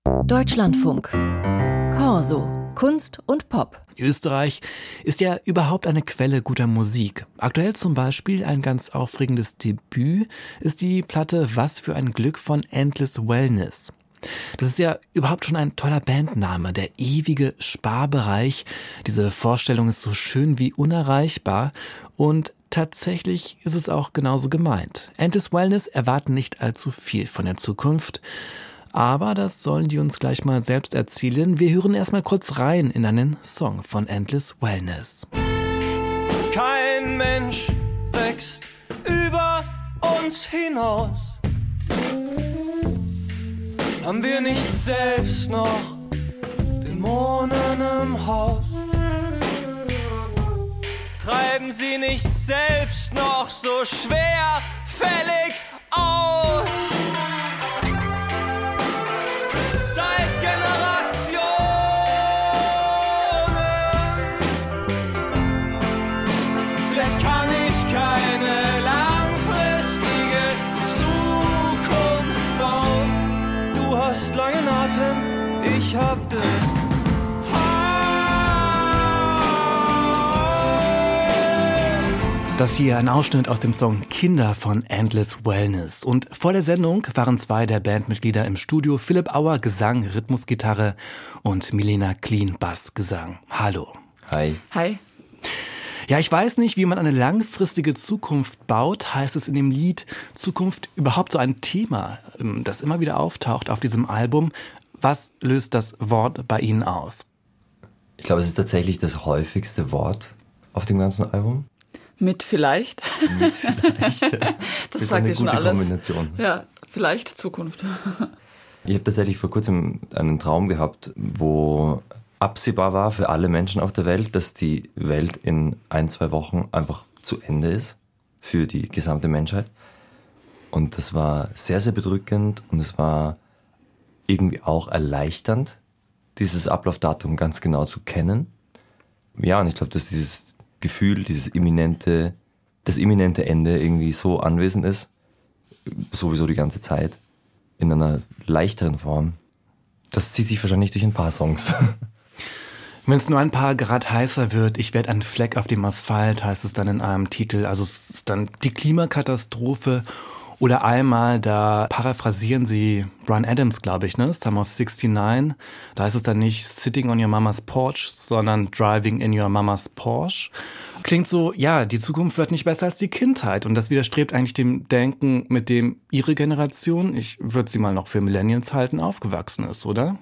Deutschlandfunk. Corso. Kunst und Pop. Österreich ist ja überhaupt eine Quelle guter Musik. Aktuell zum Beispiel ein ganz aufregendes Debüt ist die Platte Was für ein Glück von Endless Wellness. Das ist ja überhaupt schon ein toller Bandname, der ewige Sparbereich. Diese Vorstellung ist so schön wie unerreichbar und tatsächlich ist es auch genauso gemeint. Endless Wellness erwarten nicht allzu viel von der Zukunft. Aber das sollen die uns gleich mal selbst erzählen. Wir hören erstmal kurz rein in einen Song von Endless Wellness. Kein Mensch wächst über uns hinaus. Haben wir nicht selbst noch Dämonen im Haus? Treiben sie nicht selbst noch so schwerfällig aus? Seit Generationen. Vielleicht kann ich keine langfristige Zukunft bauen. Du hast langen Atem, ich hab den. Das hier ein Ausschnitt aus dem Song Kinder von Endless Wellness. Und vor der Sendung waren zwei der Bandmitglieder im Studio. Philipp Auer, Gesang, Rhythmusgitarre und Milena Kleen, Bassgesang. Hallo. Hi. Hi. Ja, ich weiß nicht, wie man eine langfristige Zukunft baut, heißt es in dem Lied. Zukunft überhaupt so ein Thema, das immer wieder auftaucht auf diesem Album. Was löst das Wort bei Ihnen aus? Ich glaube, es ist tatsächlich das häufigste Wort auf dem ganzen Album. Mit vielleicht. Mit vielleicht. Das sagt ja schon alles. Kombination. Ja, vielleicht Zukunft. Ich habe tatsächlich vor kurzem einen Traum gehabt, wo absehbar war für alle Menschen auf der Welt, dass die Welt in 1-2 Wochen einfach zu Ende ist für die gesamte Menschheit. Und das war sehr, sehr bedrückend und es war irgendwie auch erleichternd, dieses Ablaufdatum ganz genau zu kennen. Ja, und ich glaube, dass dieses Gefühl, das imminente Ende irgendwie so anwesend ist, sowieso die ganze Zeit, in einer leichteren Form. Das zieht sich wahrscheinlich durch ein paar Songs. Wenn es nur ein paar Grad heißer wird, ich werde ein Fleck auf dem Asphalt, heißt es dann in einem Titel. Also es ist dann die Klimakatastrophe. Oder einmal, da paraphrasieren sie Bryan Adams, glaube ich, ne? Sum of 69. Da ist es dann nicht Sitting on your mama's porch, sondern Driving in your mama's Porsche. Klingt so, ja, die Zukunft wird nicht besser als die Kindheit. Und das widerstrebt eigentlich dem Denken, mit dem ihre Generation, ich würde sie mal noch für Millennials halten, aufgewachsen ist, oder?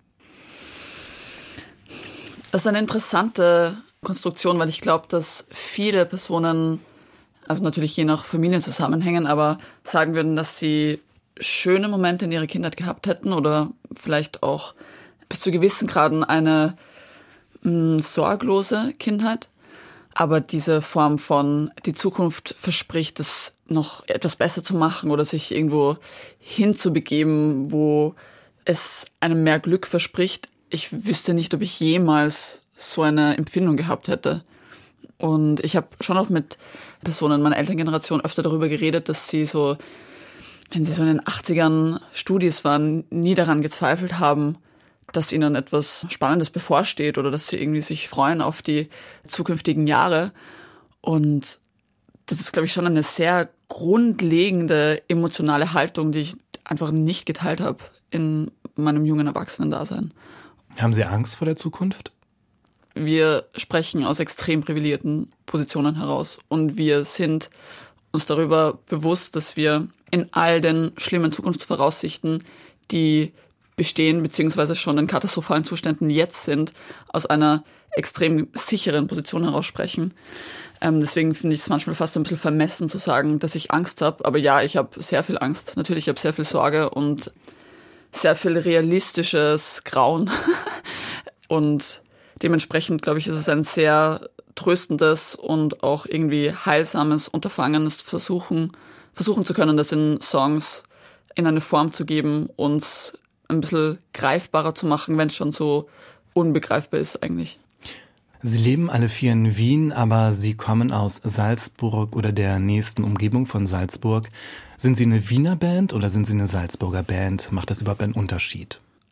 Das ist eine interessante Konstruktion, weil ich glaube, dass viele Personen, also natürlich je nach Familienzusammenhängen, aber sagen würden, dass sie schöne Momente in ihrer Kindheit gehabt hätten oder vielleicht auch bis zu gewissen Graden eine sorglose Kindheit. Aber diese Form von die Zukunft verspricht, das noch etwas besser zu machen oder sich irgendwo hinzubegeben, wo es einem mehr Glück verspricht. Ich wüsste nicht, ob ich jemals so eine Empfindung gehabt hätte. Und ich habe schon auch mit Personen meiner Elterngeneration öfter darüber geredet, dass sie so, wenn sie so in den 80ern Studis waren, nie daran gezweifelt haben, dass ihnen etwas Spannendes bevorsteht oder dass sie irgendwie sich freuen auf die zukünftigen Jahre. Und das ist, glaube ich, schon eine sehr grundlegende emotionale Haltung, die ich einfach nicht geteilt habe in meinem jungen Erwachsenen-Dasein. Haben Sie Angst vor der Zukunft? Wir sprechen aus extrem privilegierten Positionen heraus und wir sind uns darüber bewusst, dass wir in all den schlimmen Zukunftsvoraussichten, die bestehen bzw. schon in katastrophalen Zuständen jetzt sind, aus einer extrem sicheren Position heraus sprechen. Deswegen finde ich es manchmal fast ein bisschen vermessen zu sagen, dass ich Angst habe. Aber ja, ich habe sehr viel Angst. Natürlich, ich habe sehr viel Sorge und sehr viel realistisches Grauen. Und dementsprechend, glaube ich, ist es ein sehr tröstendes und auch irgendwie heilsames Unterfangen, es versuchen zu können, das in Songs in eine Form zu geben und ein bisschen greifbarer zu machen, wenn es schon so unbegreifbar ist eigentlich. Sie leben alle 4 in Wien, aber Sie kommen aus Salzburg oder der nächsten Umgebung von Salzburg. Sind Sie eine Wiener Band oder sind Sie eine Salzburger Band? Macht das überhaupt einen Unterschied?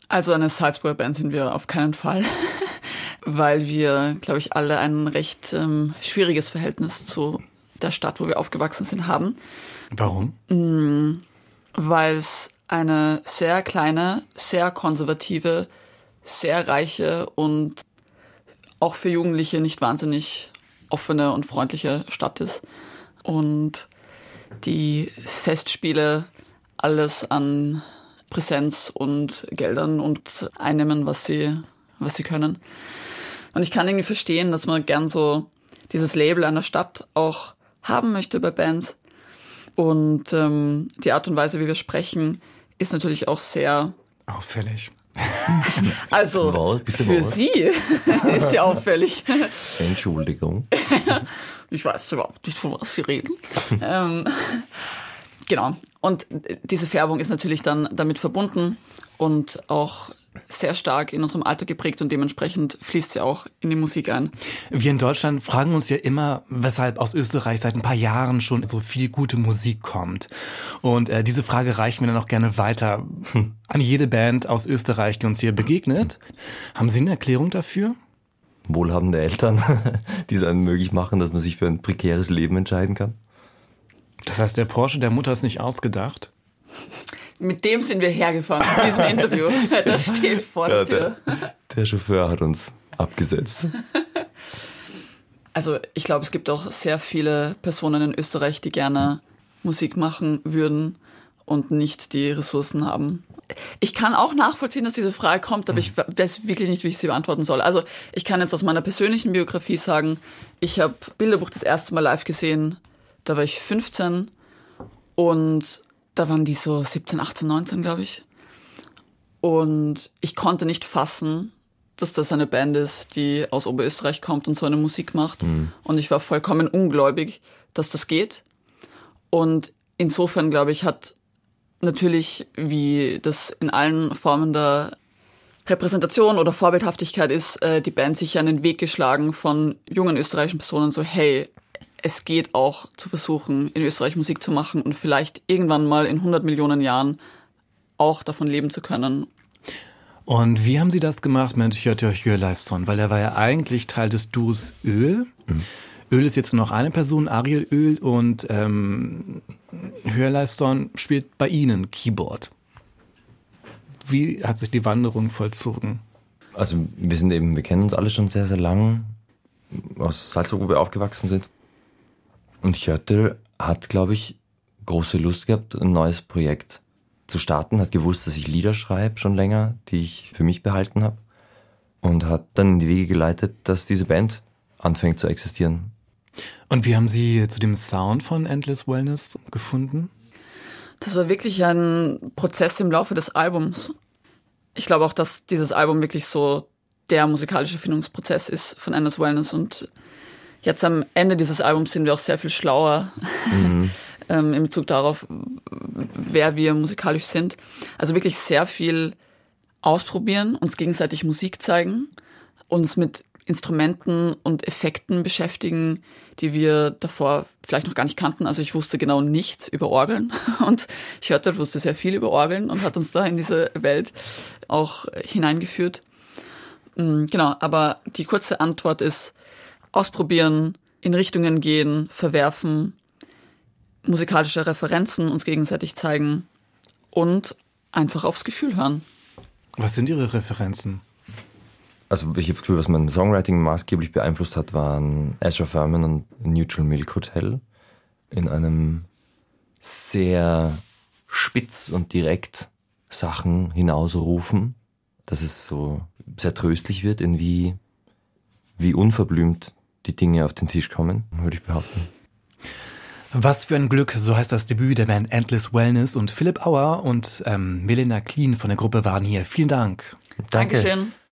Also eine Salzburger Band sind wir auf keinen Fall, weil wir, glaube ich, alle ein recht schwieriges Verhältnis zu der Stadt, wo wir aufgewachsen sind, haben. Warum? Weil es eine sehr kleine, sehr konservative, sehr reiche und auch für Jugendliche nicht wahnsinnig offene und freundliche Stadt ist. Und die Festspiele alles an Präsenz und Geldern und einnehmen, was sie können. Und ich kann irgendwie verstehen, dass man gern so dieses Label einer Stadt auch haben möchte bei Bands. Und die Art und Weise, wie wir sprechen, ist natürlich auch sehr auffällig. Also für Sie ist ja auffällig. Entschuldigung. Ich weiß überhaupt nicht, von was Sie reden. Genau. Und diese Färbung ist natürlich dann damit verbunden und auch sehr stark in unserem Alter geprägt und dementsprechend fließt sie auch in die Musik ein. Wir in Deutschland fragen uns ja immer, weshalb aus Österreich seit ein paar Jahren schon so viel gute Musik kommt. Und diese Frage reichen wir dann auch gerne weiter an jede Band aus Österreich, die uns hier begegnet. Haben Sie eine Erklärung dafür? Wohlhabende Eltern, die es einem möglich machen, dass man sich für ein prekäres Leben entscheiden kann. Das heißt, der Porsche der Mutter ist nicht ausgedacht? Mit dem sind wir hergefahren zu diesem Interview. Das steht vor der Tür. Der Chauffeur hat uns abgesetzt. Also ich glaube, es gibt auch sehr viele Personen in Österreich, die gerne Musik machen würden und nicht die Ressourcen haben. Ich kann auch nachvollziehen, dass diese Frage kommt, aber ich weiß wirklich nicht, wie ich sie beantworten soll. Also ich kann jetzt aus meiner persönlichen Biografie sagen, ich habe Bilderbuch das erste Mal live gesehen, da war ich 15 und da waren die so 17, 18, 19, glaube ich. Und ich konnte nicht fassen, dass das eine Band ist, die aus Oberösterreich kommt und so eine Musik macht. Und ich war vollkommen ungläubig, dass das geht. Und insofern, glaube ich, hat natürlich, wie das in allen Formen der Repräsentation oder Vorbildhaftigkeit ist, die Band sich einen Weg geschlagen von jungen österreichischen Personen, so hey, es geht auch zu versuchen, in Österreich Musik zu machen und vielleicht irgendwann mal in 100 Millionen Jahren auch davon leben zu können. Und wie haben Sie das gemacht mit Hjörtur Hjörleifsson? Weil er war ja eigentlich Teil des Duos Öl. Öl ist jetzt nur noch eine Person, Ariel Öl, und Hjörleifsson spielt bei Ihnen Keyboard. Wie hat sich die Wanderung vollzogen? Also wir kennen uns alle schon sehr, sehr lang aus Salzburg, wo wir aufgewachsen sind. Und Hjörtur hat, glaube ich, große Lust gehabt, ein neues Projekt zu starten, hat gewusst, dass ich Lieder schreibe schon länger, die ich für mich behalten habe, und hat dann in die Wege geleitet, dass diese Band anfängt zu existieren. Und wie haben Sie zu dem Sound von Endless Wellness gefunden? Das war wirklich ein Prozess im Laufe des Albums. Ich glaube auch, dass dieses Album wirklich so der musikalische Findungsprozess ist von Endless Wellness, und jetzt am Ende dieses Albums sind wir auch sehr viel schlauer in Bezug darauf, wer wir musikalisch sind. Also wirklich sehr viel ausprobieren, uns gegenseitig Musik zeigen, uns mit Instrumenten und Effekten beschäftigen, die wir davor vielleicht noch gar nicht kannten. Also ich wusste genau nichts über Orgeln und Hjörtur wusste sehr viel über Orgeln und hat uns da in diese Welt auch hineingeführt. Genau, aber die kurze Antwort ist: ausprobieren, in Richtungen gehen, verwerfen, musikalische Referenzen uns gegenseitig zeigen und einfach aufs Gefühl hören. Was sind Ihre Referenzen? Also ich habe das Gefühl, was mein Songwriting maßgeblich beeinflusst hat, waren Ezra Furman und Neutral Milk Hotel in einem sehr spitz und direkt Sachen hinausrufen, dass es so sehr tröstlich wird, in wie unverblümt die Dinge auf den Tisch kommen, würde ich behaupten. Was für ein Glück, so heißt das Debüt der Band Endless Wellness, und Philipp Auer und Melina Kleen von der Gruppe waren hier. Vielen Dank. Danke. Dankeschön.